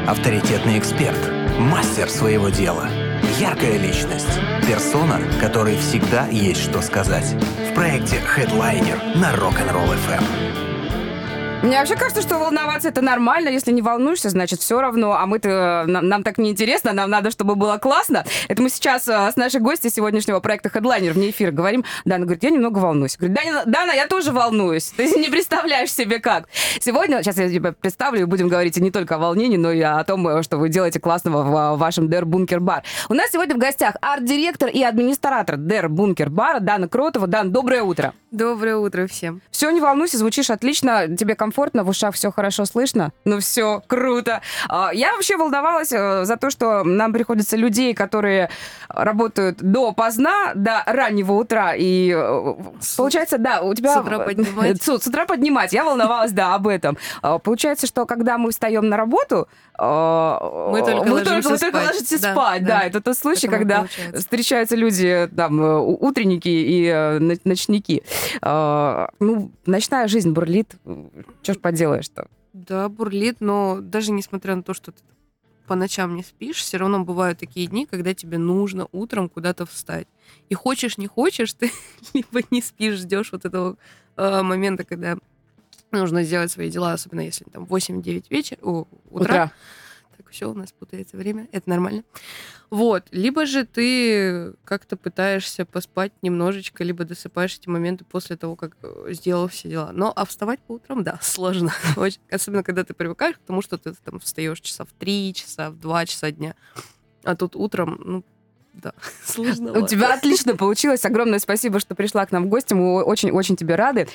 Авторитетный эксперт, мастер своего дела, яркая личность, персона, которой всегда есть что сказать. В проекте Headliner на Rock'n'Roll FM. Мне вообще кажется, что волноваться это нормально. Если не волнуешься, значит, все равно. А мы-то, нам так неинтересно, нам надо, чтобы было классно. Это мы сейчас с нашей гостьей сегодняшнего проекта Headliner вне эфира говорим. Дана говорит, я немного волнуюсь. Говорит, Дана, я тоже волнуюсь. Ты не представляешь себе как. Сегодня, сейчас я тебя представлю, и будем говорить не только о волнении, но и о том, что вы делаете классного в вашем Der Bunker Bar. У нас сегодня в гостях арт-директор и администратор Der Bunker Bar Дана Кротова. Дан, доброе утро. Доброе утро всем. Все, не волнуйся, звучишь отлично, тебе комфортно, в ушах все хорошо слышно. Ну все, круто. Я вообще волновалась за то, что нам приходится людей, которые работают допоздна, до раннего утра. И получается, да, у тебя... С утра поднимать. С утра поднимать. Я волновалась, да, об этом. Получается, что когда мы встаем на работу, мы только ложимся спать. Да, это тот случай, когда встречаются люди, там, утренники и ночники. Ну, ночная жизнь бурлит. Что ж поделаешь-то? Да, бурлит, но даже несмотря на то, что ты по ночам не спишь, все равно бывают такие дни, когда тебе нужно утром куда-то встать. И хочешь, не хочешь, ты либо не спишь, ждешь вот этого момента, когда нужно сделать свои дела, особенно если там 8-9 утра. Так, все, у нас путается время, это нормально. Вот, либо же ты как-то пытаешься поспать немножечко, либо досыпаешь эти моменты после того, как сделал все дела. Но а вставать по утрам, да, сложно. Очень, особенно, когда ты привыкаешь к тому, что ты там встаешь часа в 3, часа в 2 часа дня. А тут утром, ну, да, сложно. У тебя отлично получилось. Огромное спасибо, что пришла к нам в гости. Мы очень-очень тебе рады.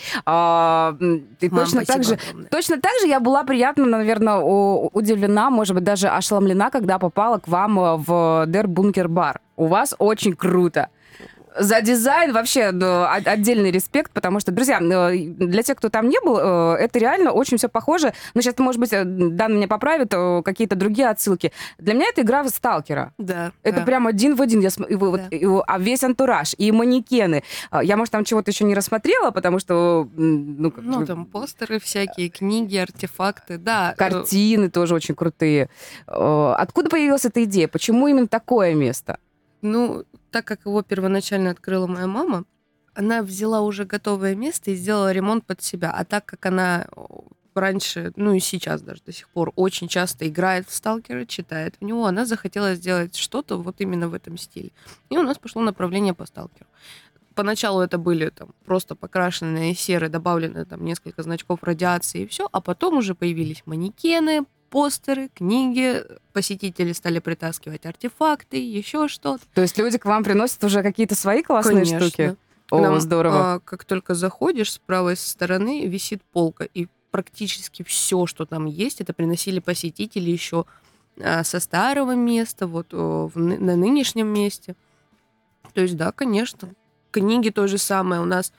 Ты точно так же я была приятно, наверное, удивлена, может быть, даже ошеломлена, когда попала к вам в Der Bunker Bar. У вас очень круто. За дизайн вообще отдельный респект, потому что, друзья, для тех, кто там не был, это реально очень все похоже. Но сейчас, может быть, Дана меня поправит, какие-то другие отсылки. Для меня это игра в сталкера. Да. Это прям один в один. А весь антураж и манекены. Я, может, там чего-то еще не рассмотрела, потому что... там постеры всякие, книги, артефакты, да. Картины тоже очень крутые. Откуда появилась эта идея? Почему именно такое место? Ну, так как его первоначально открыла моя мама, она взяла уже готовое место и сделала ремонт под себя. А так как она раньше, ну и сейчас даже до сих пор, очень часто играет в сталкера, читает в него, она захотела сделать что-то вот именно в этом стиле. И у нас пошло направление по сталкеру. Поначалу это были там просто покрашенные серы, добавлены там несколько значков радиации и все, а потом уже появились манекены, постеры, книги, посетители стали притаскивать артефакты, еще что-то. То есть люди к вам приносят уже какие-то свои классные штуки? О, здорово. Как только заходишь, с правой стороны висит полка, и практически все, что там есть, это приносили посетители еще со старого места, вот на нынешнем месте. То есть, да, конечно. Книги то же самое. У нас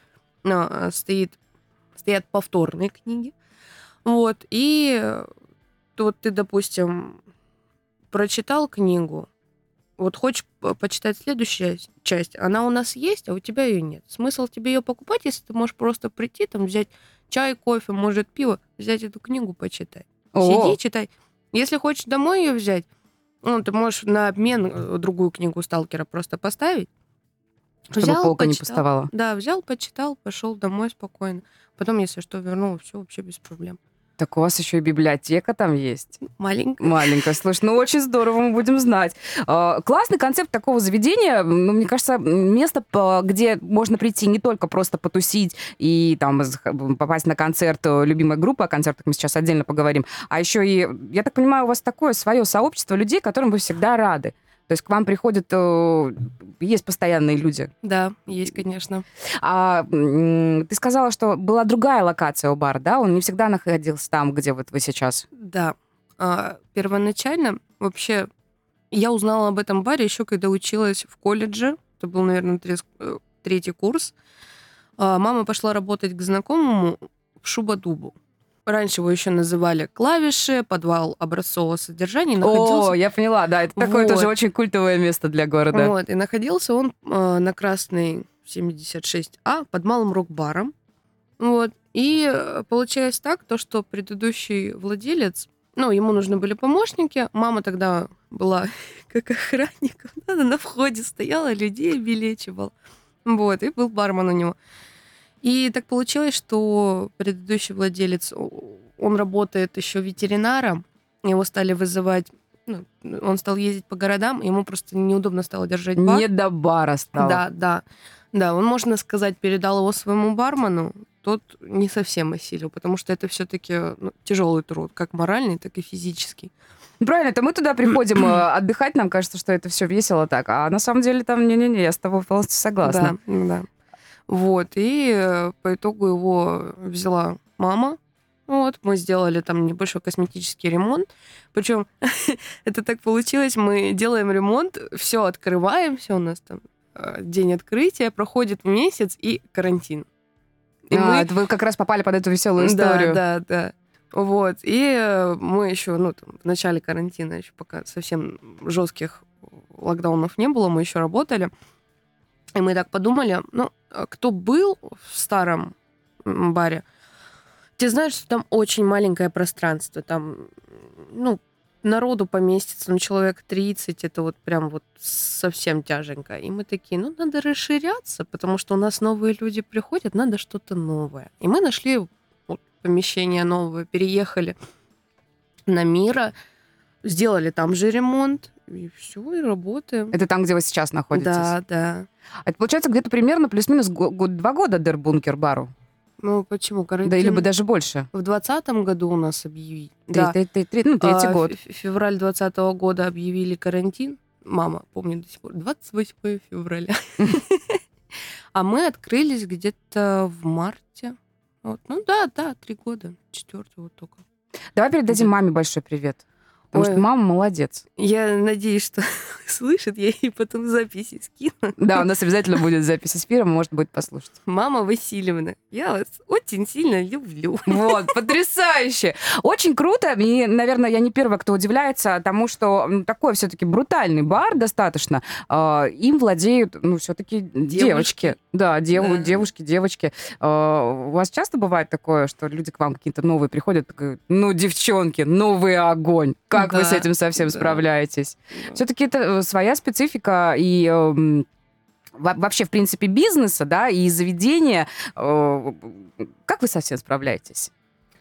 стоят повторные книги. Вот, и... Вот ты, допустим, прочитал книгу, вот хочешь почитать следующую часть, она у нас есть, а у тебя ее нет. Смысл тебе ее покупать, если ты можешь просто прийти, там, взять чай, кофе, может, пиво, взять эту книгу, почитай. Сиди, читай. Если хочешь домой ее взять, ты можешь на обмен другую книгу сталкера просто поставить. Чтобы взял, полка не почитал. пустовала. Да, взял, почитал, пошел домой спокойно. Потом, если что, вернул, все вообще без проблем. Так у вас еще и библиотека там есть. Маленькая. Слушай, очень здорово, мы будем знать. Классный концепт такого заведения. Мне кажется, место, где можно прийти не только просто потусить и там попасть на концерт любимой группы, о концертах мы сейчас отдельно поговорим, а еще и, я так понимаю, у вас такое свое сообщество людей, которым вы всегда рады. То есть к вам приходят, есть постоянные люди? Да, есть, конечно. Ты сказала, что была другая локация у бара, да? Он не всегда находился там, где вот вы сейчас. Да. Первоначально вообще я узнала об этом баре еще когда училась в колледже. Это был, наверное, 3-й курс. Мама пошла работать к знакомому в Шуба-Дубу. Раньше его еще называли «Клавиши», подвал образцового содержания. О, я поняла, да, это такое тоже очень культовое место для города. Вот, и находился он на Красной 76А под Малым Рок-баром. Вот, и получилось так, что предыдущий владелец, Ну, ему нужны были помощники. Мама тогда была как охранник. Она на входе стояла, людей обелечивала. Вот, и был бармен у него. И так получилось, что предыдущий владелец, он работает еще ветеринаром. Его стали вызывать, ну, он стал ездить по городам, ему просто неудобно стало держать бар. Не до бара стало. Да, он, можно сказать, передал его своему бармену. Тот не совсем осилил, потому что это все-таки тяжелый труд, как моральный, так и физический. Правильно, это мы туда приходим отдыхать, нам кажется, что это все весело так, а на самом деле там не-не-не, я с тобой полностью согласна. Да. Вот, и по итогу его взяла мама. Вот, мы сделали там небольшой косметический ремонт. Причем это так получилось, мы делаем ремонт, все открываем, все у нас там день открытия, проходит месяц и карантин. И это вы как раз попали под эту веселую историю. Да. Вот. И мы еще, в начале карантина, еще пока совсем жестких локдаунов не было, мы еще работали. И мы так подумали, кто был в старом баре, те знают, что там очень маленькое пространство. Там, народу поместится, человек 30, это вот прям вот совсем тяженько. И мы такие, надо расширяться, потому что у нас новые люди приходят, надо что-то новое. И мы нашли помещение новое, переехали на Мира, сделали там же ремонт, и все, и работаем. Это там, где вы сейчас находитесь? Да. Это получается где-то примерно плюс-минус 2 года Дербункер бару? Почему? Карантин? Да, или бы даже больше. В 2020 году у нас объявили. Третий год. Февраль 2020 года объявили карантин. Мама, помню до сих пор, 28 февраля. А мы открылись где-то в марте. Вот. 3 года. 4 вот только. Давай передадим маме большой привет. Потому что мама молодец. Я надеюсь, что слышит, я ей потом записи скину. Да, у нас обязательно будет запись эфира, можно будет послушать. Мама Васильевна, я вас очень сильно люблю. Вот, потрясающе. Очень круто. И, наверное, я не первая, кто удивляется тому, что такой все-таки брутальный бар достаточно. Им владеют, все-таки девочки. Да, девушки. У вас часто бывает такое, что люди к вам какие-то новые приходят, такие, девчонки, новый огонь. Как вы с этим совсем справляетесь? Да. Все-таки это своя специфика и вообще, в принципе, бизнеса, да, и заведения. Как вы совсем справляетесь?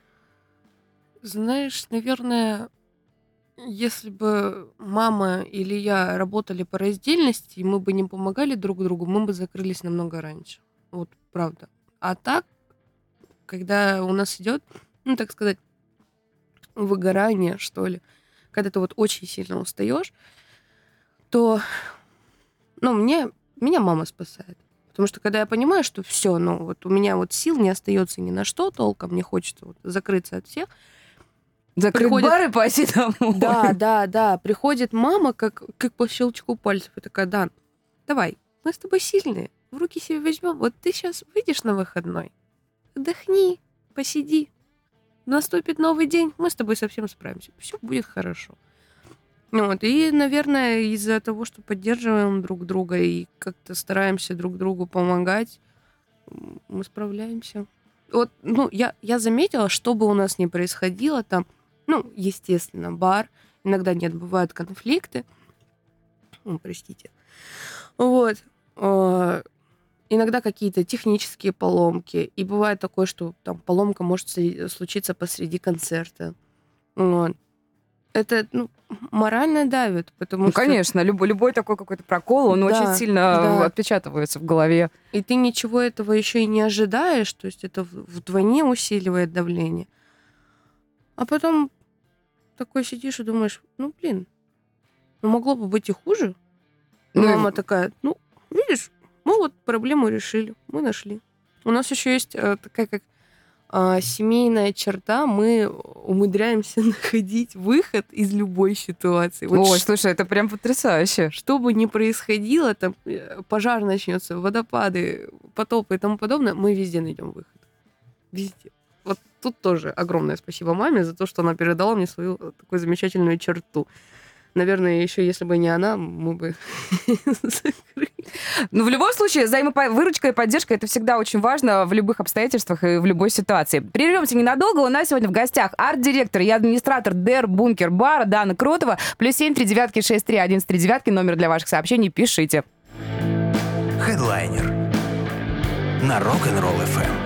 Знаешь, наверное, если бы мама или я работали по раздельности, и мы бы не помогали друг другу, мы бы закрылись намного раньше. Вот, правда. А так, когда у нас идет, так сказать, выгорание, что ли, когда ты вот очень сильно устаешь, то, меня мама спасает. Потому что когда я понимаю, что все, у меня вот сил не остается ни на что толком, мне хочется закрыться от всех. Закрыть бар и пойти домой. Да. Приходит мама, как по щелчку пальцев, и такая, Дан, давай, мы с тобой сильные, в руки себе возьмем. Вот ты сейчас выйдешь на выходной, отдохни, посиди. Наступит новый день, мы с тобой совсем справимся. Все будет хорошо. И, наверное, из-за того, что поддерживаем друг друга и как-то стараемся друг другу помогать, мы справляемся. Вот, я заметила, что бы у нас ни происходило там, естественно, бар, иногда нет, бывают конфликты. Простите. Вот. Иногда какие-то технические поломки. И бывает такое, что там поломка может случиться посреди концерта. Вот. Это, морально давит, потому что... Конечно, любой такой какой-то прокол, он очень сильно отпечатывается в голове. И ты ничего этого еще и не ожидаешь, то есть это вдвойне усиливает давление. А потом такой сидишь и думаешь, могло бы быть и хуже. Мама такая, видишь, мы вот проблему решили, мы нашли. У нас еще есть такая как семейная черта, мы умудряемся находить выход из любой ситуации. Ой, слушай, это прям потрясающе. Что бы ни происходило, там пожар начнется, водопады, потопы и тому подобное, мы везде найдем выход. Везде. Вот тут тоже огромное спасибо маме за то, что она передала мне свою такую замечательную черту. Наверное, еще если бы не она, мы бы закрыли. Ну, в любом случае, выручка и поддержка — это всегда очень важно в любых обстоятельствах и в любой ситуации. Прервемся ненадолго. У нас сегодня в гостях арт-директор и администратор Der Bunker Bar Дана Кротова. +7 3 6 3 11 3 номер для ваших сообщений. Пишите. Headliner на Rock'n'Roll FM.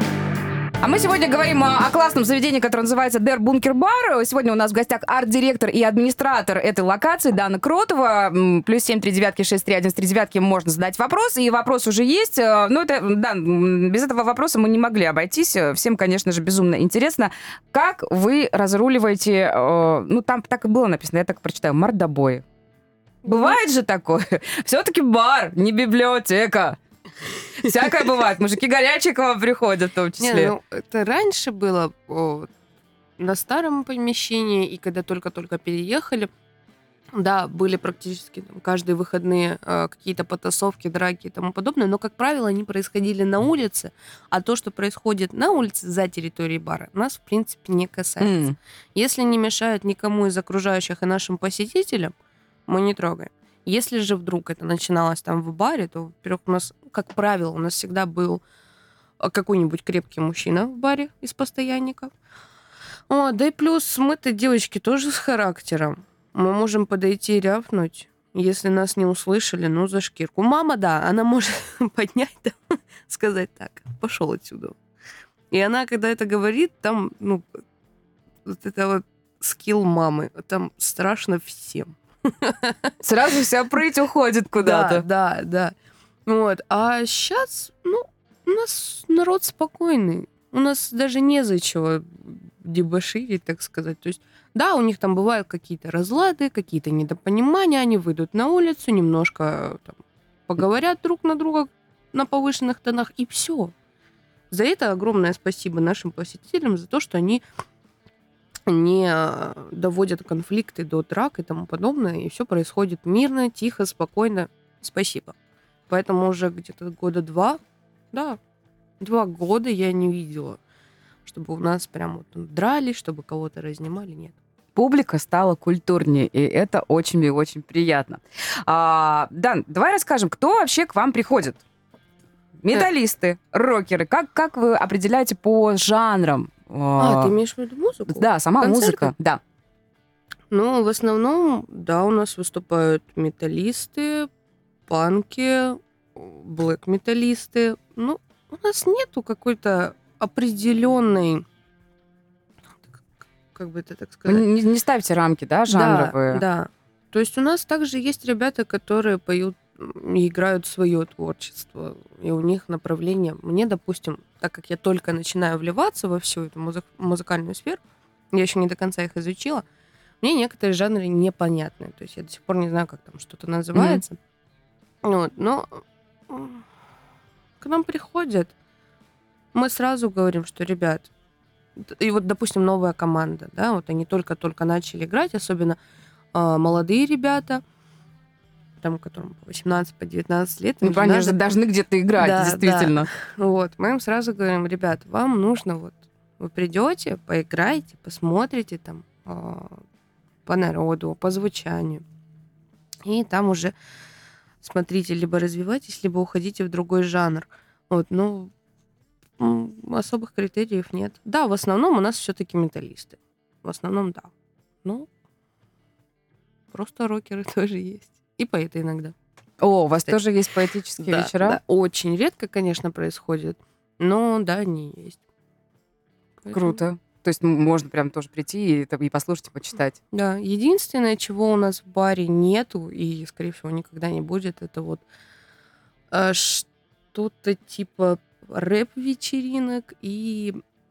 А мы сегодня говорим о классном заведении, которое называется Der Bunker Bar. Сегодня у нас в гостях арт-директор и администратор этой локации Дана Кротова. +7 3 6 3 11 3 можно задать вопрос, и вопрос уже есть. Но это, да, без этого вопроса мы не могли обойтись. Всем, конечно же, безумно интересно, как вы разруливаете, ну, там так и было написано, я так прочитаю, мордобои. Бывает же такое? Все-таки бар, не библиотека. Всякое бывает. Мужики горячие к вам приходят в том числе. Не, ну, это раньше было на старом помещении, и когда только-только переехали, да, были практически там, каждые выходные какие-то потасовки, драки и тому подобное, но, как правило, они происходили на улице, а то, что происходит на улице за территорией бара, нас, в принципе, не касается. Если не мешает никому из окружающих и нашим посетителям, мы не трогаем. Если же вдруг это начиналось там в баре, то, во-первых, у нас, как правило, у нас всегда был какой-нибудь крепкий мужчина в баре из постоянников. Да и плюс мы-то девочки тоже с характером. Мы можем подойти и рявкнуть, если нас не услышали, ну, за шкирку. Мама, да, она может поднять, там, сказать так, пошел отсюда. И она, когда это говорит, там, ну, вот это вот скилл мамы, там страшно всем. Сразу вся прыть уходит куда-то. Да. Вот. А сейчас, ну, у нас народ спокойный. У нас даже незачем дебоширить, так сказать. То есть, да, у них там бывают какие-то разлады, какие-то недопонимания. Они выйдут на улицу, немножко там, поговорят друг на друга на повышенных тонах, и все. За это огромное спасибо нашим посетителям, за то, что они не доводят конфликты до драк и тому подобное, и все происходит мирно, тихо, спокойно. Спасибо. Поэтому уже где-то 2 года я не видела, чтобы у нас прям вот дрались, чтобы кого-то разнимали, нет. Публика стала культурнее, и это очень и очень приятно. Дан, давай расскажем, кто вообще к вам приходит? Металлисты, рокеры. Как вы определяете по жанрам? Ты имеешь в виду музыку? Да, сама концерты? Музыка, да. Ну, в основном, да, у нас выступают металлисты, панки, блэк-металлисты. Ну, у нас нету какой-то определенной, как бы это так сказать... Не ставьте рамки, да, жанровые? Да. То есть у нас также есть ребята, которые поют и играют свое творчество, и у них направление. Мне, допустим, так как я только начинаю вливаться во всю эту музыкальную сферу, я еще не до конца их изучила, мне некоторые жанры непонятны. То есть я до сих пор не знаю, как там что-то называется. Вот. Но к нам приходят, мы сразу говорим, что, ребят, и вот, допустим, новая команда, да, вот они только-только начали играть, особенно молодые ребята, там, которым по 18, по 19 лет. Ну, они же должны где-то играть, да, действительно. Да. Вот, мы им сразу говорим, ребят, вам нужно вот, вы придете, поиграете, посмотрите там по народу, по звучанию. И там уже смотрите, либо развивайтесь, либо уходите в другой жанр. Вот, ну, особых критериев нет. Да, в основном у нас все-таки металлисты. В основном, да. Ну, просто рокеры тоже есть. И поэты иногда. О, у вас тоже есть поэтические вечера? Да, очень редко, конечно, происходит, но да, они есть. Поэтому... Круто. То есть можно прям тоже прийти и послушать, и почитать. Да, единственное, чего у нас в баре нету, и, скорее всего, никогда не будет, это вот что-то типа рэп-вечеринок и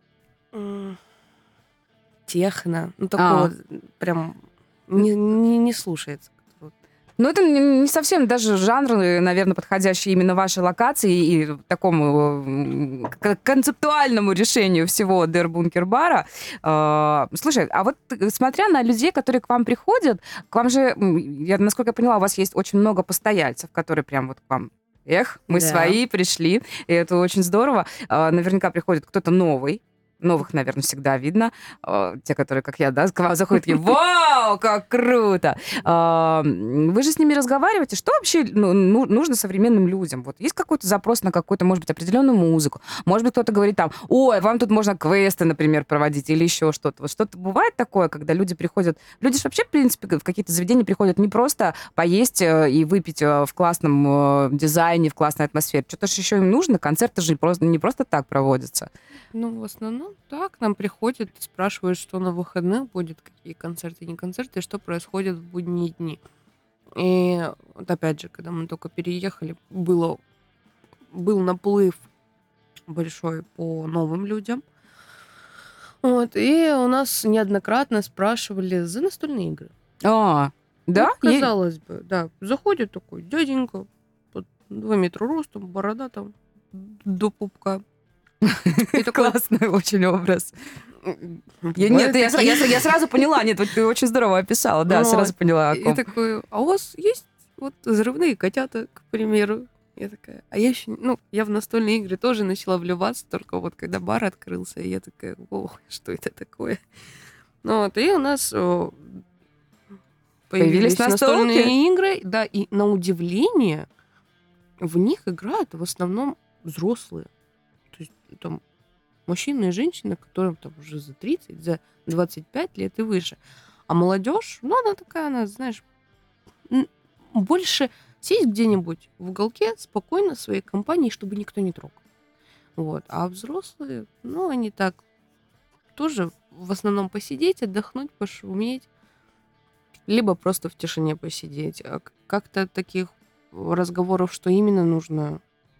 техно. Ну, такое вот прям не слушается. Ну, это не совсем даже жанр, наверное, подходящий именно вашей локации и такому концептуальному решению всего Der Bunker бара. Слушай, а вот смотря на людей, которые к вам приходят, к вам же, насколько я поняла, у вас есть очень много постояльцев, которые прям вот к вам, мы свои пришли, и это очень здорово. Наверняка приходит кто-то новый, Новых, наверное, всегда видно. Те, которые, как я, да, к вам заходят, такие: вау, как круто! Вы же с ними разговариваете. Что вообще нужно современным людям? Вот есть какой-то запрос на какую-то, может быть, определенную музыку? Может быть, кто-то говорит там: ой, вам тут можно квесты, например, проводить или еще что-то. Вот что-то бывает такое, когда люди приходят... Люди же вообще, в принципе, в какие-то заведения приходят не просто поесть и выпить в классном дизайне, в классной атмосфере. Что-то же еще им нужно. Концерты же не просто так проводятся. Ну, в основном, да, к нам приходят, спрашивают, что на выходных будет, какие концерты, не концерты, и что происходит в будние дни. И вот опять же, когда мы только переехали, был наплыв большой по новым людям. Вот, и у нас неоднократно спрашивали за настольные игры. Да? Ну, казалось бы, да. Заходит такой дяденька под 2 метра ростом, борода там до пупка. Классный очень образ. Я сразу поняла. Нет, ты очень здорово описала. Да, сразу поняла, о ком. И такой: а у вас есть вот взрывные котята, к примеру? Я такая, а я еще, я в настольные игры тоже начала вливаться, только вот когда бар открылся, и я такая: о, что это такое? Ну вот, и у нас появились настольные игры, да, и на удивление в них играют в основном взрослые. То есть там мужчины и женщины, которым там уже за 30, за 25 лет и выше. А молодежь, она такая, она, знаешь, больше сесть где-нибудь в уголке спокойно в своей компании, чтобы никто не трогал. Вот. А взрослые, они так тоже в основном посидеть, отдохнуть, пошуметь, либо просто в тишине посидеть. А как-то таких разговоров, что именно нужно,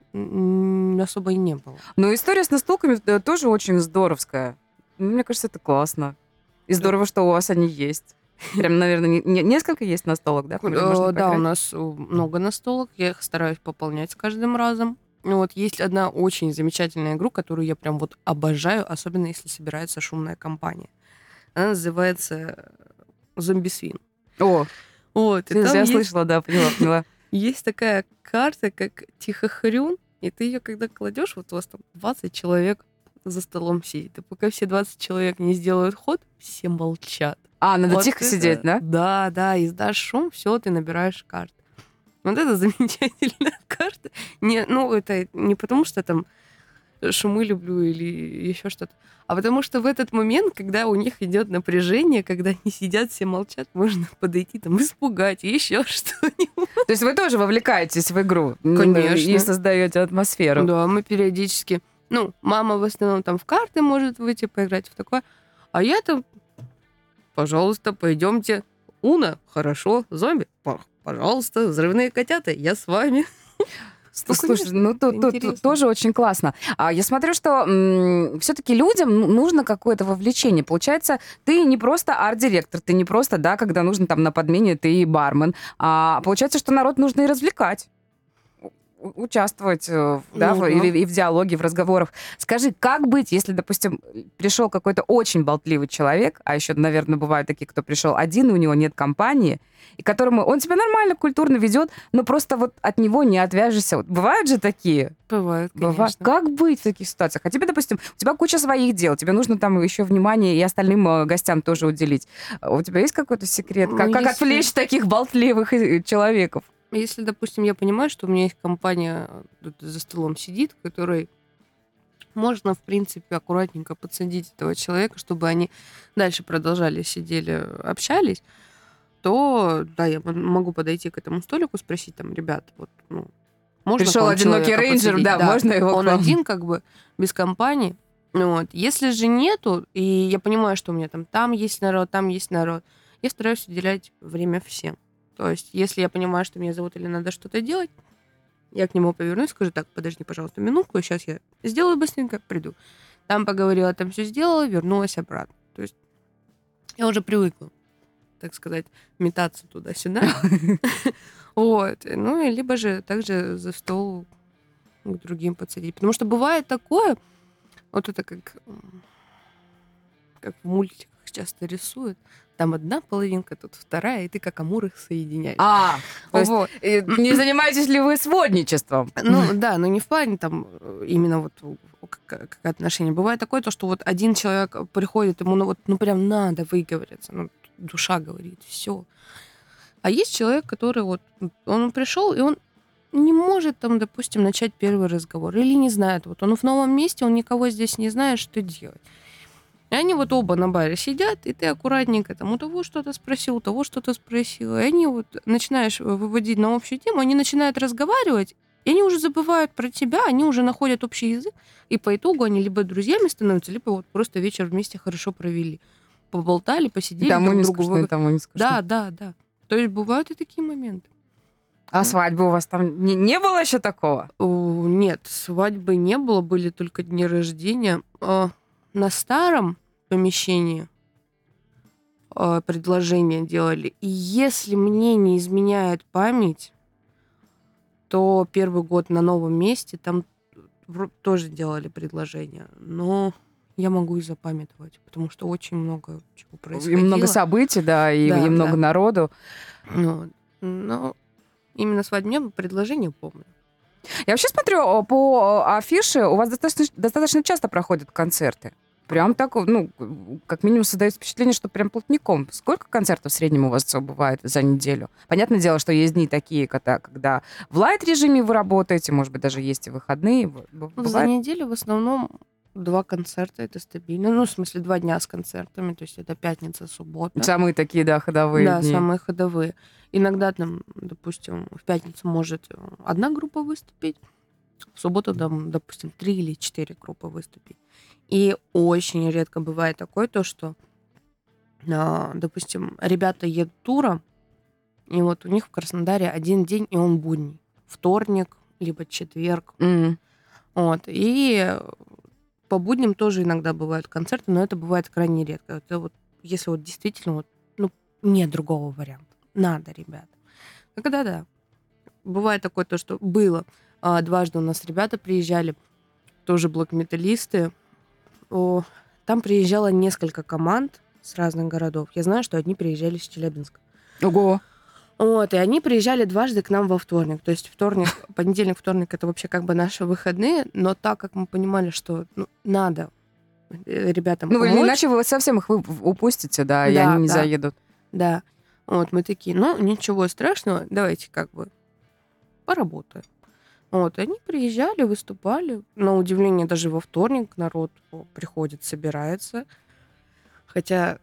особо и не было. Но история с настолками тоже очень здоровская. Мне кажется, это классно. И здорово, что у вас они есть. Прям, наверное, несколько есть настолок, да? Да, у нас много настолок. Я их стараюсь пополнять с каждым разом. Вот есть одна очень замечательная игра, которую я прям вот обожаю, особенно если собирается шумная компания. Она называется «Зомби-свин». О, вот, я слышала, да, поняла. Есть такая карта, как Тихохрюн, и ты ее когда кладешь, вот у вас там 20 человек за столом сидит, и пока все 20 человек не сделают ход, все молчат. Надо вот тихо сидеть, да? Да, издашь шум, все, ты набираешь карты. Вот это замечательная карта. Это не потому, что там шумы люблю или еще что-то, а потому что в этот момент, когда у них идет напряжение, когда они сидят, все молчат, можно подойти там, испугать, еще что-нибудь. То есть вы тоже вовлекаетесь в игру? Конечно. И создаете атмосферу? Да, мы периодически... мама в основном там в карты может выйти, поиграть в такое, а я там: пожалуйста, пойдемте. Уна, хорошо. Зомби, пожалуйста. Взрывные котята, я с вами. Слушай, тоже очень классно. Я смотрю, что все-таки людям нужно какое-то вовлечение. Получается, ты не просто арт-директор, ты не просто, да, когда нужно там на подмене, ты бармен. Получается, что народ нужно и развлекать. Участвовать, и в диалоге, в разговорах. Скажи, как быть, если, допустим, пришел какой-то очень болтливый человек, а еще, наверное, бывают такие, кто пришел один, и у него нет компании, и которому он себя нормально, культурно ведет, но просто вот от него не отвяжешься. Вот бывают же такие? Бывают, конечно. Как быть в таких ситуациях? А тебе, допустим, у тебя куча своих дел, тебе нужно там еще внимание и остальным гостям тоже уделить. У тебя есть какой-то секрет? Как отвлечь таких болтливых человеков? Если, допустим, я понимаю, что у меня есть компания за столом сидит, которой можно, в принципе, аккуратненько подсадить этого человека, чтобы они дальше продолжали, сидели, общались, то, да, я могу подойти к этому столику, спросить там: ребят, вот, можно пришел одинокий рейнджер, подсадить? Да, можно его он один, как бы, без компании. Вот. Если же нету, и я понимаю, что у меня там есть народ, я стараюсь уделять время всем. То есть, если я понимаю, что меня зовут или надо что-то делать, я к нему повернусь, скажу: так, подожди, пожалуйста, минутку, сейчас я сделаю быстренько, приду. Там поговорила, там все сделала, вернулась обратно. То есть я уже привыкла, так сказать, метаться туда-сюда. Вот. И либо же также за стол к другим подсадить. Потому что бывает такое, вот это как в мультиках часто рисуют, там одна половинка, тут вторая, и ты как Амур их соединяешь. То есть не занимаетесь ли вы сводничеством? Да, но не в плане там именно вот как отношение. Бывает такое, то, что вот один человек приходит, ему прям надо выговориться, душа говорит, все. А есть человек, который он пришел, и он не может там, допустим, начать первый разговор. Или не знает. Вот он в новом месте, он никого здесь не знает, что делать. И они оба на баре сидят, и ты аккуратненько там у того что-то спросил, у того что-то спросил. И они начинаешь выводить на общую тему, они начинают разговаривать, и они уже забывают про тебя, они уже находят общий язык, и по итогу они либо друзьями становятся, либо просто вечер вместе хорошо провели. Поболтали, посидели. Тому не скучно, тому не скучно. Да. То есть бывают и такие моменты. А свадьбы у вас там не было еще такого? Нет, свадьбы не было, были только дни рождения. На старом помещении предложения делали. И если мне не изменяет память, то первый год на новом месте там тоже делали предложения. Но я могу и запамятовать, потому что очень много чего происходило. И много событий, да, и много народу. Но именно свадебное предложение помню. Я вообще смотрю, по афише у вас достаточно часто проходят концерты. Прям так, как минимум создается впечатление, что прям плотником. Сколько концертов в среднем у вас бывает за неделю? Понятное дело, что есть дни такие, когда в лайт-режиме вы работаете, может быть, даже есть и выходные. За неделю в основном 2 концерта, это стабильно. В смысле, 2 дня с концертами, то есть это пятница, суббота. Самые такие, да, ходовые дни. Да, самые ходовые. Иногда там, допустим, в пятницу может 1 группа выступить, в субботу, там, допустим, 3 или 4 группы выступить. И очень редко бывает такое, то, что, допустим, ребята едут туром, и у них в Краснодаре 1 день, и он будний. Вторник, либо четверг. И по будням тоже иногда бывают концерты, но это бывает крайне редко. Это если действительно нет другого варианта. Надо, ребят. Тогда да. Бывает такое то, что было. 2 у нас ребята приезжали, тоже блэк-металлисты. Там приезжало несколько команд с разных городов. Я знаю, что одни приезжали с Челябинска. Ого! И они приезжали 2 к нам во вторник. То есть понедельник, вторник — это вообще как бы наши выходные, но так как мы понимали, что надо ребятам помочь. Иначе вы совсем их упустите, да, и они не заедут. Да. Мы такие, ничего страшного, давайте как бы поработаем. Они приезжали, выступали. На удивление, даже во вторник народ приходит, собирается. Хотя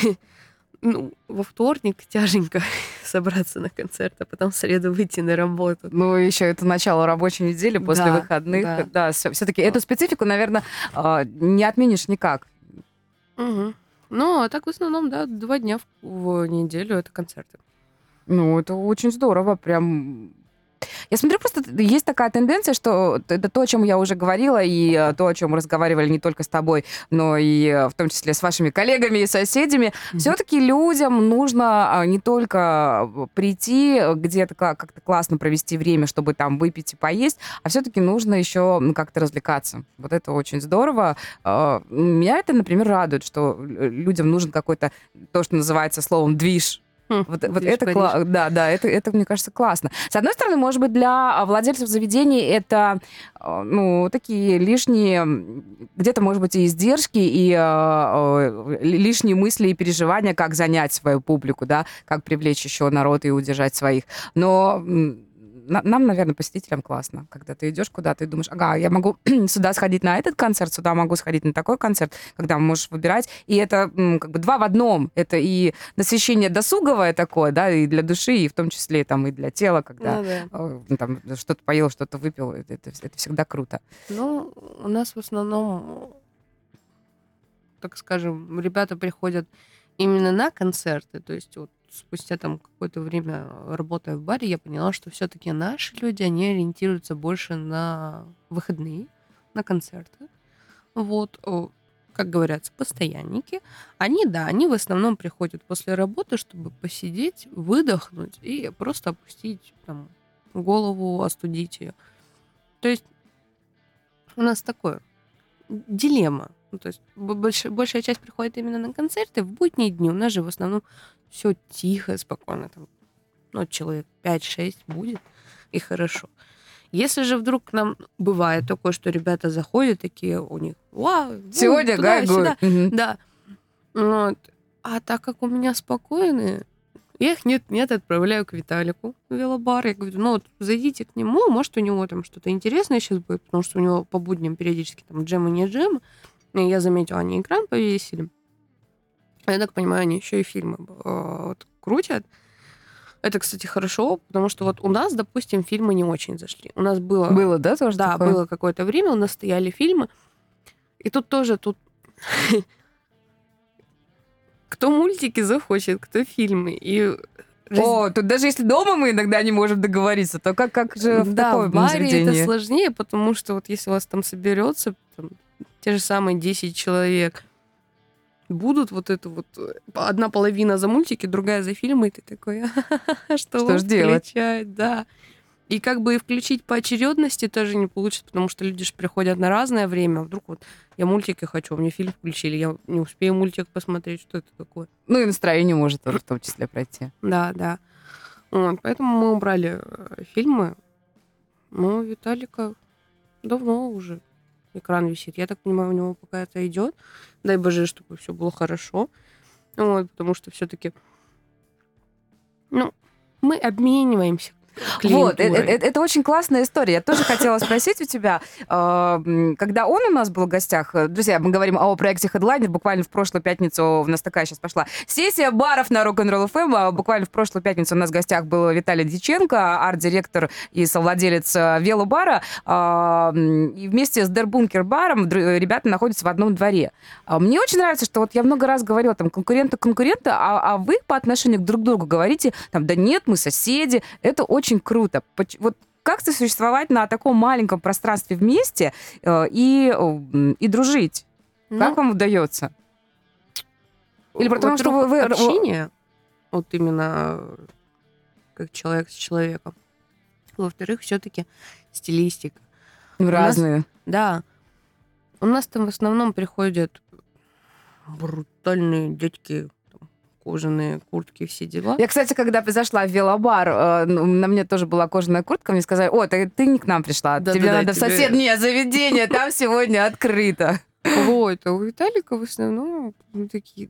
во вторник тяженько собраться на концерт, а потом в среду выйти на работу. Еще это начало рабочей недели после выходных. Да, все-таки эту специфику, наверное, не отменишь никак. Угу. А так в основном, 2 дня в неделю это концерты. Это очень здорово, прям. Я смотрю, просто есть такая тенденция, что это то, о чем я уже говорила, и то, о чем разговаривали не только с тобой, но и в том числе с вашими коллегами и соседями. Все-таки людям нужно не только прийти где-то как-то классно провести время, чтобы там выпить и поесть, а все-таки нужно еще как-то развлекаться. Вот это очень здорово. Меня это, например, радует, что людям нужен какой-то, то, что называется словом «движ». Вот это, да, это, мне кажется, классно. С одной стороны, может быть, для владельцев заведений это, такие лишние, где-то, может быть, и издержки, и лишние мысли и переживания, как занять свою публику, да, как привлечь еще народ и удержать своих. Но нам, наверное, посетителям классно, когда ты идешь куда-то и думаешь, я могу сюда сходить на этот концерт, сюда могу сходить на такой концерт, когда можешь выбирать. И это как бы 2 в одном. Это и насыщение досуговое такое, да, и для души, и в том числе там, и для тела, когда там, что-то поел, что-то выпил. Это всегда круто. У нас в основном, так скажем, ребята приходят именно на концерты, то есть спустя там какое-то время, работая в баре, я поняла, что все-таки наши люди, они ориентируются больше на выходные, на концерты. Как говорят, постоянники. Они в основном приходят после работы, чтобы посидеть, выдохнуть и просто опустить там голову, остудить ее. То есть у нас такое дилемма. То есть большая часть приходит именно на концерты. В будние дни у нас же в основном все тихо, спокойно. Там, человек 5-6 будет, и хорошо. Если же вдруг к нам бывает такое, что ребята заходят, такие у них, вау, Сегодня туда, Гай сюда. Гой. Да. Вот. А так как у меня спокойные, я их нет отправляю к Виталику в велобар. Я говорю, ну вот зайдите к нему, может, у него там что-то интересное сейчас будет, потому что у него по будням периодически там джемы, не джемы. И я заметила, они экран повесили. А я так понимаю, они еще и фильмы вот, крутят. Это, кстати, хорошо, потому что вот у нас, допустим, фильмы не очень зашли. У нас было... Было, да, тоже Да, такое? было какое-то время, у нас стояли фильмы. И тут тоже, кто мультики захочет, кто фильмы. И О, тут даже если дома мы иногда не можем договориться, то как же в да, таком в баре заведении? это сложнее, потому что вот если у вас там соберется те же самые 10 человек, будут вот это вот одна половина за мультики, другая за фильмы, и ты такой, что ж делать? включать, да. И как бы и включить по очередности тоже не получится, потому что люди же приходят на разное время. А вдруг вот я мультики хочу, а мне фильм включили, я не успею мультик посмотреть, что это такое. Ну и настроение может тоже в том числе пройти. Да, да. Вот, поэтому мы убрали фильмы. Но у Виталика давно уже экран висит. Я так понимаю, у него пока это идет. Дай боже, чтобы все было хорошо. Вот, потому что все-таки, мы обмениваемся Вот, клиентурой. это очень классная история. Я тоже хотела спросить у тебя, когда он у нас был в гостях, друзья, мы говорим о проекте Headliner, буквально в прошлую пятницу у нас такая сейчас пошла сессия баров на Rock'n'Roll FM, буквально в прошлую пятницу у нас в гостях был Виталий Дьяченко, арт-директор и совладелец велобара, и вместе с Der Bunker баром ребята находятся в одном дворе. Мне очень нравится, что вот я много раз говорила, там, конкуренты, а вы по отношению друг к другу говорите, там, да нет, мы соседи, это очень круто. Вот как сосуществовать на таком маленьком пространстве вместе и дружить? Как вам удается? Или потому что вы... Общение, вот именно как человек с человеком. Во-вторых, все-таки стилистика. Разные. Да. У нас там в основном приходят брутальные дядьки, кожаные куртки, все дела. Я, кстати, когда зашла в велобар, на мне тоже была кожаная куртка, мне сказали, о, ты не к нам пришла, тебе надо в соседнее заведение, там сегодня открыто. Вот, а у Виталика в основном такие,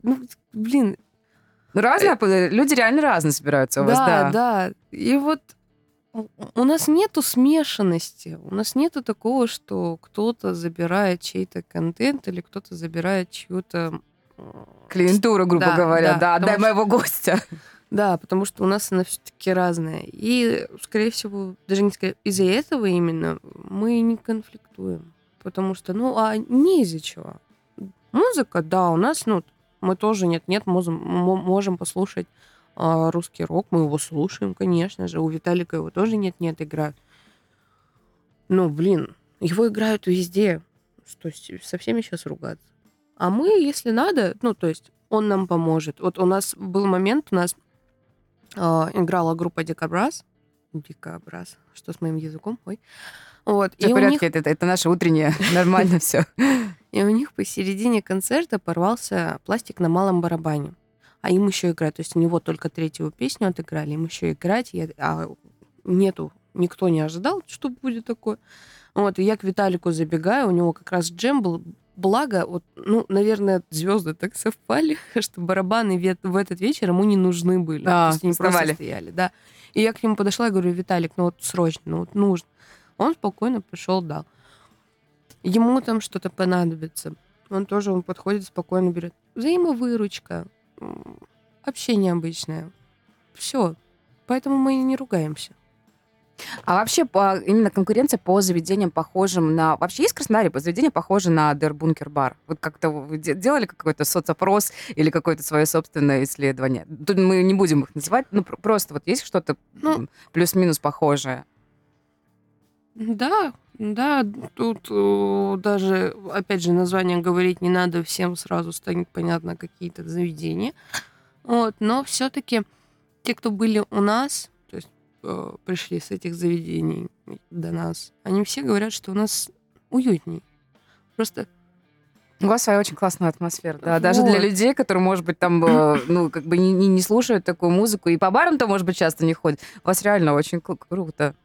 Разные, люди реально разные собираются у вас, да. Да. И вот у нас нету смешанности, у нас нету такого, что кто-то забирает чей-то контент или кто-то забирает чью-то клиентуру, грубо говоря, да, отдай моего гостя. Да, потому что у нас она все-таки разная. И, скорее всего, даже не сказать, из-за этого именно мы не конфликтуем. Потому что, не из-за чего. Музыка, да, у нас, мы тоже нет, можем послушать русский рок, мы его слушаем, конечно же. У Виталика его тоже нет, играют. Но, его играют везде. Что, со всеми сейчас ругаться? А мы, если надо, то есть он нам поможет. Вот у нас был момент, у нас играла группа Дикобраз, что с моим языком? Ой. Вот. Все в порядке, это наше утреннее, нормально все. И у них посередине концерта порвался пластик на малом барабане. А им еще играть. То есть у него только третью песню отыграли, им еще играть. Никто не ожидал, что будет такое. Вот, и я к Виталику забегаю, у него как раз джем был. Благо, наверное, звезды так совпали, что барабаны в этот вечер ему не нужны были. То есть они просто стояли, да. И я к нему подошла и говорю, Виталик, срочно, нужно. Он спокойно пришел, дал. Ему там что-то понадобится. Он подходит, спокойно берет. Взаимовыручка, общение обычное. Все. Поэтому мы и не ругаемся. А вообще именно конкуренция по заведениям, похожим на... Вообще есть в Краснодаре заведения, похожие на Der Bunker бар? Вот как-то вы делали какой-то соцопрос или какое-то свое собственное исследование? Тут мы не будем их называть, просто вот есть что-то плюс-минус похожее? Да, тут даже, опять же, название говорить не надо, всем сразу станет понятно какие-то заведения. Вот, но все-таки те, кто были у нас, то есть пришли с этих заведений до нас, они все говорят, что у нас уютней. Просто... У вас своя очень классная атмосфера, да. Даже для людей, которые, может быть, там, не слушают такую музыку, и по барам-то, может быть, часто не ходят. У вас реально очень круто.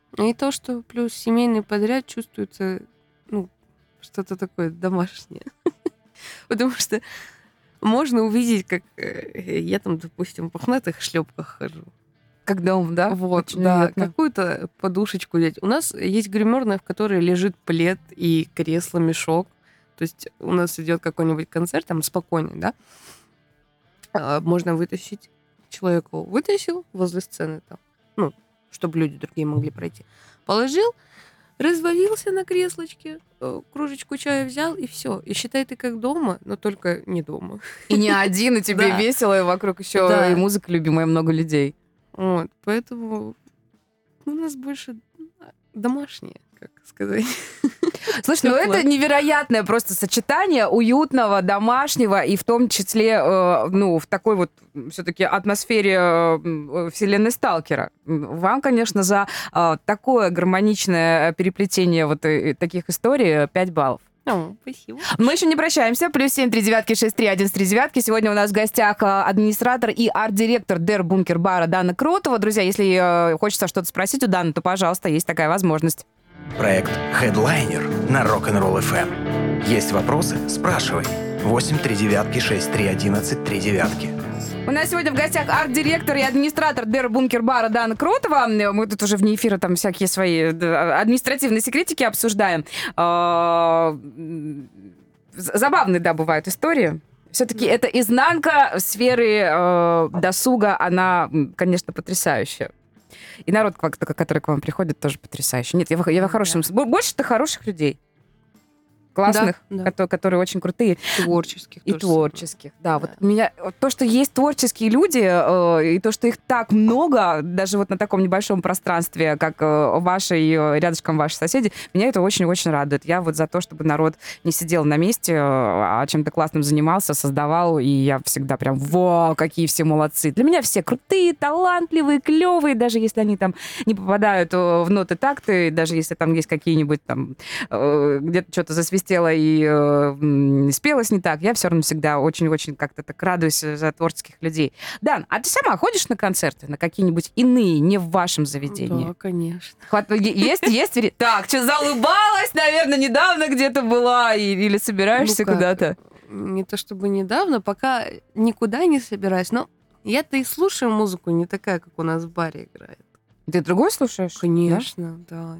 И то, что плюс семейный подряд чувствуется, что-то такое домашнее. Потому что можно увидеть, как я там, допустим, в пухнатых шлепках хожу. Как дом, да? Вот, Очень да, уютно. какую-то подушечку взять. У нас есть гримерная, в которой лежит плед и кресло-мешок. То есть у нас идет какой-нибудь концерт, там спокойный, да? Можно вытащить человеку. Вытащил возле сцены там, чтобы люди другие могли пройти. Положил, развалился на креслочке, кружечку чая взял, и все. И считай, ты как дома, но только не дома. И не один, и тебе Да. весело, и вокруг еще Да. и музыка любимая, много людей. Вот, поэтому у нас больше домашнее, как сказать. Слушай, ну Тёпло. это невероятное просто сочетание уютного, домашнего и в том числе, в такой вот все-таки атмосфере вселенной Сталкера. Вам, конечно, за такое гармоничное переплетение вот таких историй 5 баллов. Спасибо. Мы еще не прощаемся. +7 39 63 139. Сегодня у нас в гостях администратор и арт-директор Der Bunker бара Дана Кротова. Друзья, если хочется что-то спросить у Даны, то, пожалуйста, есть такая возможность. Проект Headliner на Rock'n'Roll FM. Есть вопросы? Спрашивай. 8 39 63 11 39. У нас сегодня в гостях арт-директор и администратор Der Bunker бара Дана Кротова. Мы тут уже вне эфира там всякие свои административные секретики обсуждаем. Забавные, да, бывают истории. Все-таки эта изнанка сферы досуга, она, конечно, потрясающая. И народ, который к вам приходит, тоже потрясающий. Нет, я в хорошем смысле. Больше-то хороших людей. Классных, Да. которые очень крутые. Творческих. И тоже творческих, да. Да. Вот меня то, что есть творческие люди, и то, что их так много, даже вот на таком небольшом пространстве, как ваши и рядышком ваши соседи, меня это очень-очень радует. Я вот за то, чтобы народ не сидел на месте, а чем-то классным занимался, создавал, и я всегда прям, вау, какие все молодцы. Для меня все крутые, талантливые, клевые, даже если они там не попадают в ноты такты, даже если там есть какие-нибудь там где-то что-то засвистело и спелось не так, я все равно всегда очень-очень как-то так радуюсь за творческих людей. Дан, а ты сама ходишь на концерты, на какие-нибудь иные, не в вашем заведении? Да, конечно. Есть? Так, что, заулыбалась, наверное, недавно где-то была или собираешься как? куда-то? Не то чтобы недавно, пока никуда не собираюсь, но я-то и слушаю музыку не такая, как у нас в баре играет. Ты другой слушаешь? Конечно, да.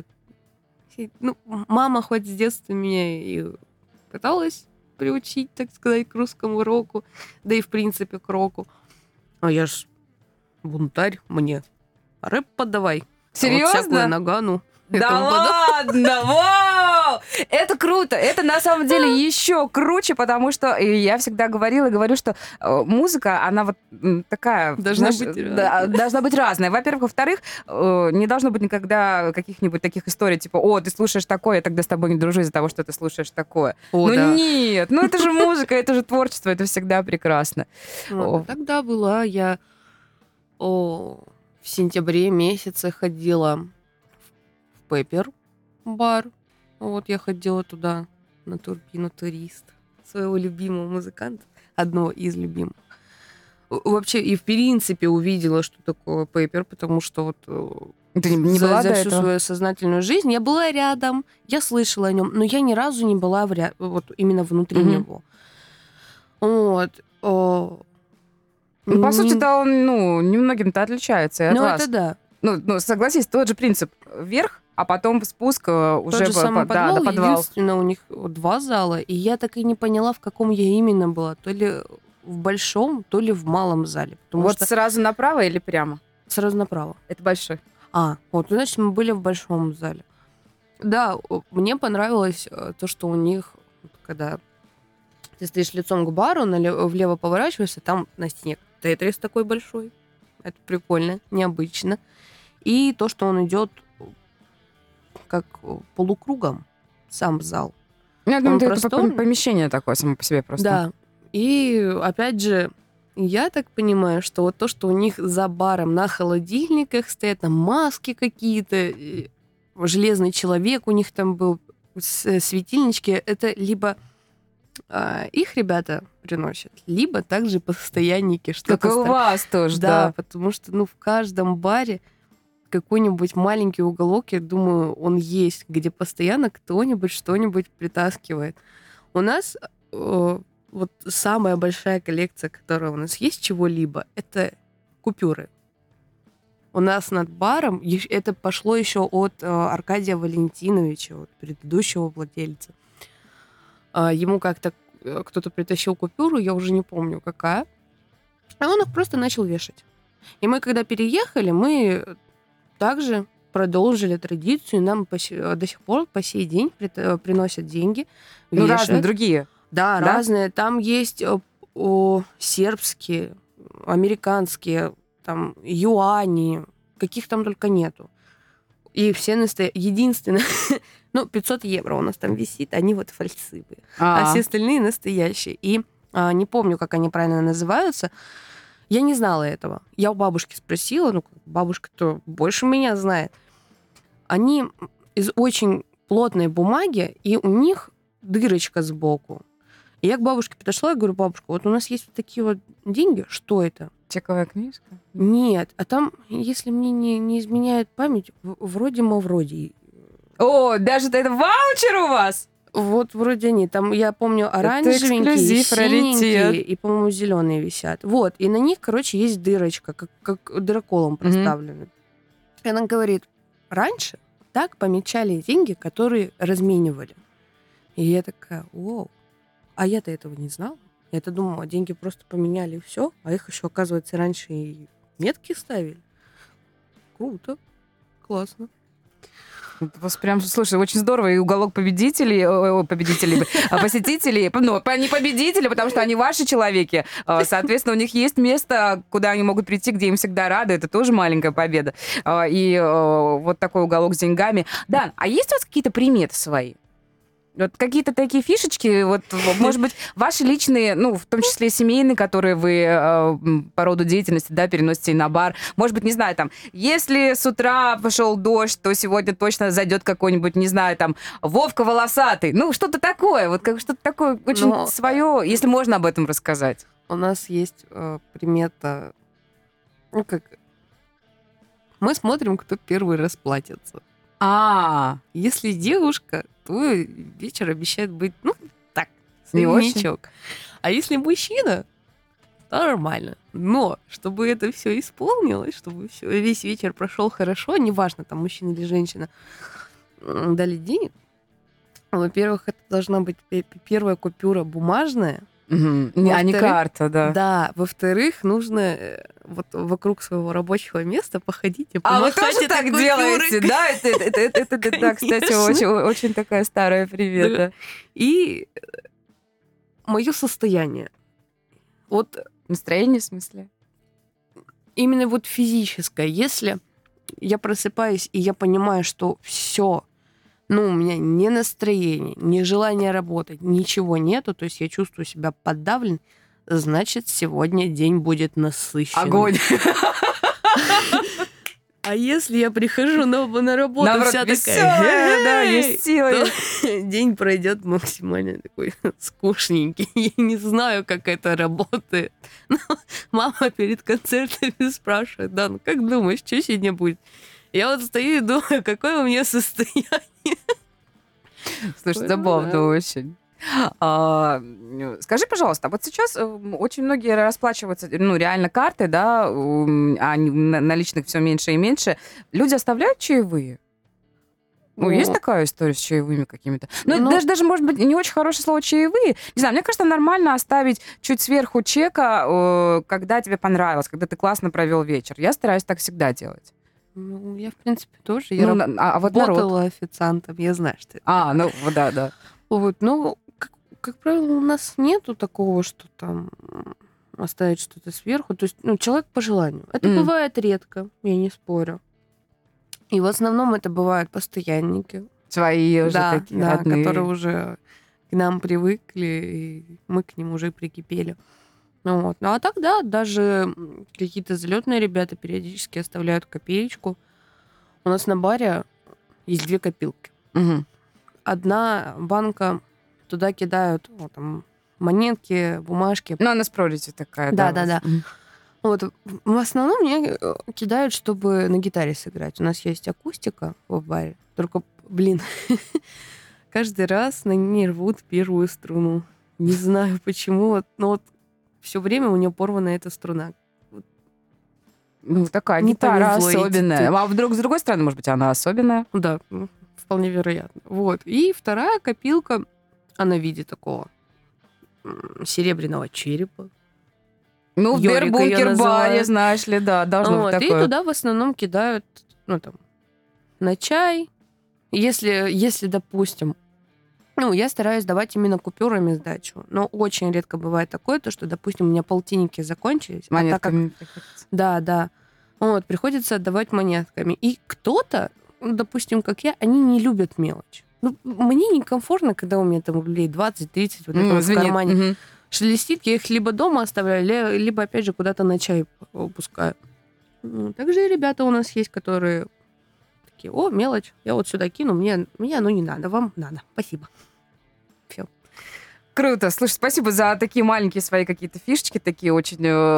Мама хоть с детства меня и пыталась приучить, так сказать, к русскому року, да и, в принципе, к року. А я ж бунтарь, мне рэп подавай. А вот всякую Серьезно? нагану. Да этому подавай. ладно, вау! Это круто, это на самом деле еще круче, потому что я всегда говорила и говорю, что музыка, она вот такая... Должна знаешь, быть да, разной. должна быть разная. Во-первых. Во-вторых, не должно быть никогда каких-нибудь таких историй, типа, о, ты слушаешь такое, я тогда с тобой не дружу из-за того, что ты слушаешь такое. Да. Нет, это же музыка, это же творчество, это всегда прекрасно. Вот, тогда была я в сентябре месяце ходила в Пеппер бар. Вот я ходила туда на турбину турист своего любимого музыканта, одного из любимых. Вообще и в принципе увидела, что такое Пеппер, потому что вот Ты не была за до всю этого? свою сознательную жизнь я была рядом, я слышала о нем, но я ни разу не была вот именно внутри Мгм. него. Вот. По сути-то он, немногим-то отличается и от Ну, вас. это да. Согласись, тот же принцип. Вверх, а потом спуск уже Тот же самый подвал, до подвала. единственное, у них 2 зала, и я так и не поняла, в каком я именно была. То ли в большом, то ли в малом зале. Потому Вот что сразу направо или прямо? сразу направо. Это большой. Значит, мы были в большом зале. Да, мне понравилось то, что у них, когда ты стоишь лицом к бару, влево поворачиваешься, там на стене тетрис такой большой. Это прикольно, необычно. И то, что он идет как полукругом, сам зал. Я думаю, Он это просторный. помещение такое само по себе просто. Да. И опять же, я так понимаю, что вот то, что у них за баром на холодильниках стоят, там маски какие-то, и железный человек у них там был, светильнички, это либо их ребята приносят, либо также постоянники что-то Как и у вас тоже, Да, да. потому что в каждом баре какой-нибудь маленький уголок, я думаю, он есть, где постоянно кто-нибудь что-нибудь притаскивает. У нас вот самая большая коллекция, которая у нас есть чего-либо, это купюры. У нас над баром, это пошло еще от Аркадия Валентиновича, от предыдущего владельца. Ему как-то кто-то притащил купюру, я уже не помню какая, а он их просто начал вешать. И мы, когда переехали, мы также продолжили традицию, нам до сих пор по сей день приносят деньги. Ну, вешают. разные, другие. Да, Да? разные. Там есть сербские, американские, там, юани, каких там только нету. И все единственное, 500 евро у нас там висит, они вот фальшивые. А все остальные настоящие. И не помню, как они правильно называются. Я не знала этого. Я у бабушки спросила, бабушка-то больше меня знает. Они из очень плотной бумаги, и у них дырочка сбоку. И я к бабушке подошла и говорю: бабушка, вот у нас есть вот такие вот деньги, что это? Чековая книжка? Нет, а там, если мне не изменяет память, вроде. О, даже это ваучер у вас? Вот вроде они. Там, я помню, оранжевенькие, эксклюзив, раритет. синенькие и, по-моему, зеленые висят. Вот, и на них, короче, есть дырочка, как дыроколом проставлена. И она говорит: раньше так помечали деньги, которые разменивали. И я такая: вау, а я-то этого не знала. Я-то думала, деньги просто поменяли и все, а их еще, оказывается, раньше и метки ставили. Круто, классно. У вас прям, слушай, очень здорово. И уголок посетителей, не победители, потому что они ваши человеки. Соответственно, у них есть место, куда они могут прийти, где им всегда рады. Это тоже маленькая победа. И вот такой уголок с деньгами. Дан, а есть у вас какие-то приметы свои? Вот какие-то такие фишечки, вот, может быть, ваши личные, в том числе семейные, которые вы по роду деятельности, да, переносите на бар. Может быть, не знаю, там, если с утра пошел дождь, то сегодня точно зайдет какой-нибудь, не знаю, там, Вовка волосатый. Что-то такое, вот как что-то такое очень свое, если можно об этом рассказать. У нас есть примета, мы смотрим, кто первый расплатится. Если девушка, то вечер обещает быть, среднячок. А если мужчина, то нормально. Но чтобы это все исполнилось, чтобы весь вечер прошел хорошо, неважно, там мужчина или женщина, дали денег, во-первых, это должна быть первая купюра бумажная, а не карта, да. Да. Во-вторых, нужно вот вокруг своего рабочего места походить и помахать. А вы тоже так делаете, да? Это, кстати, очень такая старая примета. И мое состояние. Вот настроение, в смысле? Именно вот физическое. Если я просыпаюсь, и я понимаю, что все, у меня ни настроения, ни желания работать, ничего нету, то есть я чувствую себя подавлен, значит, сегодня день будет насыщенный. Огонь! А если я прихожу на работу, вся такая, да, есть силы, день пройдет максимально такой скучненький. Я не знаю, как это работает. Но мама перед концертами спрашивает: да, как думаешь, что сегодня будет? Я вот стою и думаю, какое у меня состояние. Слушай, забавно очень. Скажи, пожалуйста, вот сейчас очень многие расплачиваются, реально картой, да, а наличных все меньше и меньше. Люди оставляют чаевые? Есть такая история с чаевыми какими-то? Даже, может быть, не очень хорошее слово «чаевые». Не знаю, мне кажется, нормально оставить чуть сверху чека, когда тебе понравилось, когда ты классно провел вечер. Я стараюсь так всегда делать. Я, в принципе, тоже. Я работала официантом, я знаю, что это. Да. Вот, как правило, у нас нету такого, что там оставить что-то сверху. То есть, человек по желанию. Это бывает редко, я не спорю. И в основном это бывают постоянники. Свои уже такие родные. Которые уже к нам привыкли, и мы к ним уже прикипели. Ну а так, да, даже какие-то залетные ребята периодически оставляют копеечку. У нас на баре есть 2 копилки. Одна банка, туда кидают там монетки, бумажки. Она с прорезью такая, да. Вот, в основном мне кидают, чтобы на гитаре сыграть. У нас есть акустика в баре, только, блин, каждый раз на ней рвут первую струну. Не знаю почему, но вот все время у нее порвана эта струна. Ну, такая Не гитара повезло, особенная. А вдруг, с другой стороны, может быть, она особенная? Да, вполне вероятно. Вот. И вторая копилка, она в виде такого серебряного черепа. Ну, в Йорик её Дер-Бункер-баре, называют. знаешь ли, да, должно Вот, быть и такое. туда в основном кидают, на чай. Если, допустим, я стараюсь давать именно купюрами сдачу, но очень редко бывает такое, то, что, допустим, у меня полтинники закончились. Монетками приходится. Да. Вот, приходится отдавать монетками. И кто-то, допустим, как я, они не любят мелочь. Мне некомфортно, когда у меня там рублей 20-30 вот это вот в кармане. Мгм. Шелестит, я их либо дома оставляю, либо, опять же, куда-то на чай пускаю. Также и ребята у нас есть, которые такие: о, мелочь, я вот сюда кину, мне оно не надо, вам надо, спасибо. Все. Круто. Слушай, спасибо за такие маленькие свои какие-то фишечки, такие очень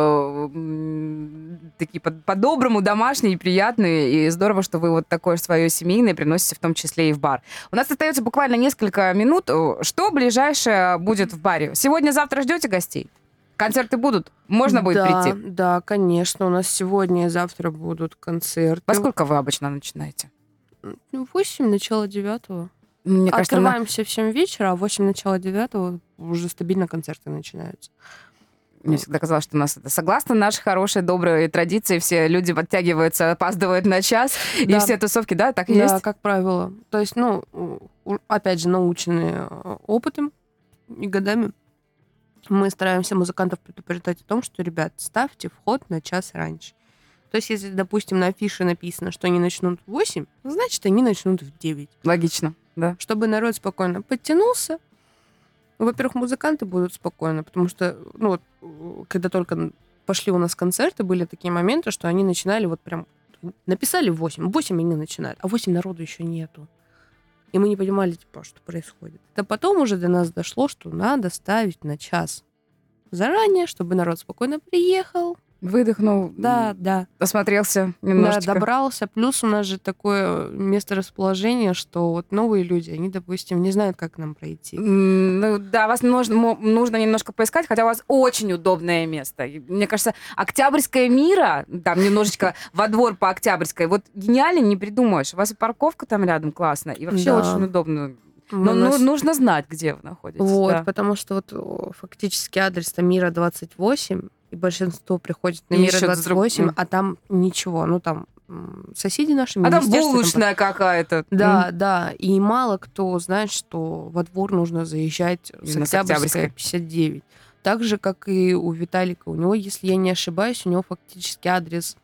такие по-доброму домашние и приятные. И здорово, что вы вот такое свое семейное приносите в том числе и в бар. У нас остается буквально несколько минут. Что ближайшее будет в баре? Сегодня-завтра ждете гостей? Концерты будут? Можно будет прийти? Да, конечно. У нас сегодня и завтра будут концерты. Во сколько вы обычно начинаете? 8, начало 9. Мне кажется, Открываемся в 7 вечера, а в 8, начало 9 уже стабильно концерты начинаются. Мне всегда казалось, что у нас это согласно нашей хорошей, доброй традиции, все люди подтягиваются, опаздывают на час, и все тусовки, да, так и есть? Да, как правило. То есть, опять же, наученные опытом и годами, мы стараемся музыкантов предупреждать о том, что, ребят, ставьте вход на час раньше. То есть, если, допустим, на афише написано, что они начнут в 8, значит, они начнут в 9. Логично, да. Чтобы народ спокойно подтянулся. Во-первых, музыканты будут спокойно, потому что, когда только пошли у нас концерты, были такие моменты, что они начинали вот прям... Написали в 8, 8 они начинают, а 8 народу еще нету. И мы не понимали, что происходит. Это потом уже до нас дошло, что надо ставить на час заранее, чтобы народ спокойно приехал. Выдохнул, Да. осмотрелся немножечко. Да, добрался. Плюс у нас же такое месторасположение, что вот новые люди, они, допустим, не знают, как к нам пройти. Да, вас нужно немножко поискать, хотя у вас очень удобное место. И мне кажется, Октябрьская мира, там немножечко во двор по Октябрьской, вот гениально не придумаешь. У вас и парковка там рядом классная, и вообще очень удобно. Но нужно знать, где вы находитесь. Вот, да. потому что фактически адрес-то Мира 28, и большинство приходит на Мира 28, а там ничего. Там соседи наши, а там министерство... булочная какая-то. Да. И мало кто знает, что во двор нужно заезжать с Октябрьской 59. Так же, как и у Виталика. У него, если я не ошибаюсь, у него фактически адрес...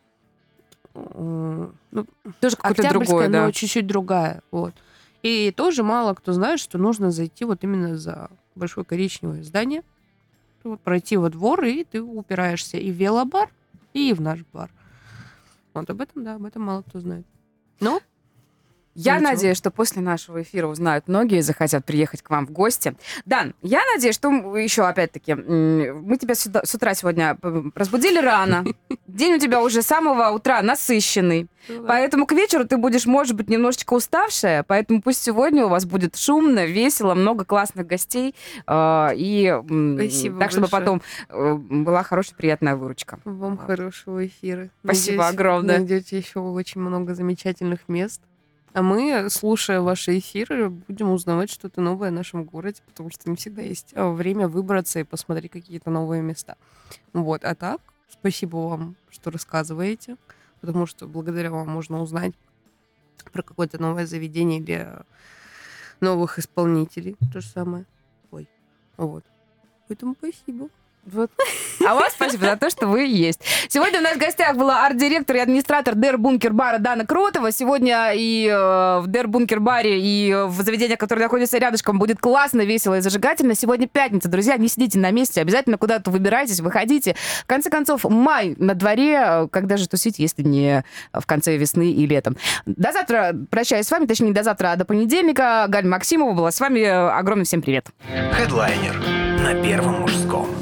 тоже какой-то другой, но да. чуть-чуть другая. Вот. И тоже мало кто знает, что нужно зайти вот именно за большое коричневое здание, вот, пройти во двор, и ты упираешься и в велобар, и в наш бар. Вот об этом мало кто знает. Но я надеюсь, что после нашего эфира узнают многие и захотят приехать к вам в гости. Дан, я надеюсь, что еще, опять-таки, мы тебя с утра сегодня разбудили рано. День у тебя уже с самого утра насыщенный. Поэтому к вечеру ты будешь, может быть, немножечко уставшая. Поэтому пусть сегодня у вас будет шумно, весело, много классных гостей. И Спасибо так, чтобы большое. потом была хорошая, приятная выручка. Вам хорошего эфира. Спасибо огромное. Найдете еще очень много замечательных мест. А мы, слушая ваши эфиры, будем узнавать что-то новое о нашем городе, потому что не всегда есть время выбраться и посмотреть какие-то новые места. Вот. А так, спасибо вам, что рассказываете, потому что благодаря вам можно узнать про какое-то новое заведение или новых исполнителей. То же самое. Вот. Поэтому спасибо. Вот. А вам спасибо за то, что вы есть. Сегодня у нас в гостях была арт-директор и администратор Дер-Бункер-бара Дана Кротова. Сегодня и в Дер-Бункер-баре, и в заведениях, которые находятся рядышком, будет классно, весело и зажигательно. Сегодня пятница, друзья, не сидите на месте, обязательно куда-то выбирайтесь, выходите. В конце концов, май на дворе, когда же тусить, если не в конце весны и летом. До завтра прощаюсь с вами, точнее, не до завтра, а до понедельника. Галь Максимова была с вами. Огромный всем привет. Хедлайнер на Первом мужском.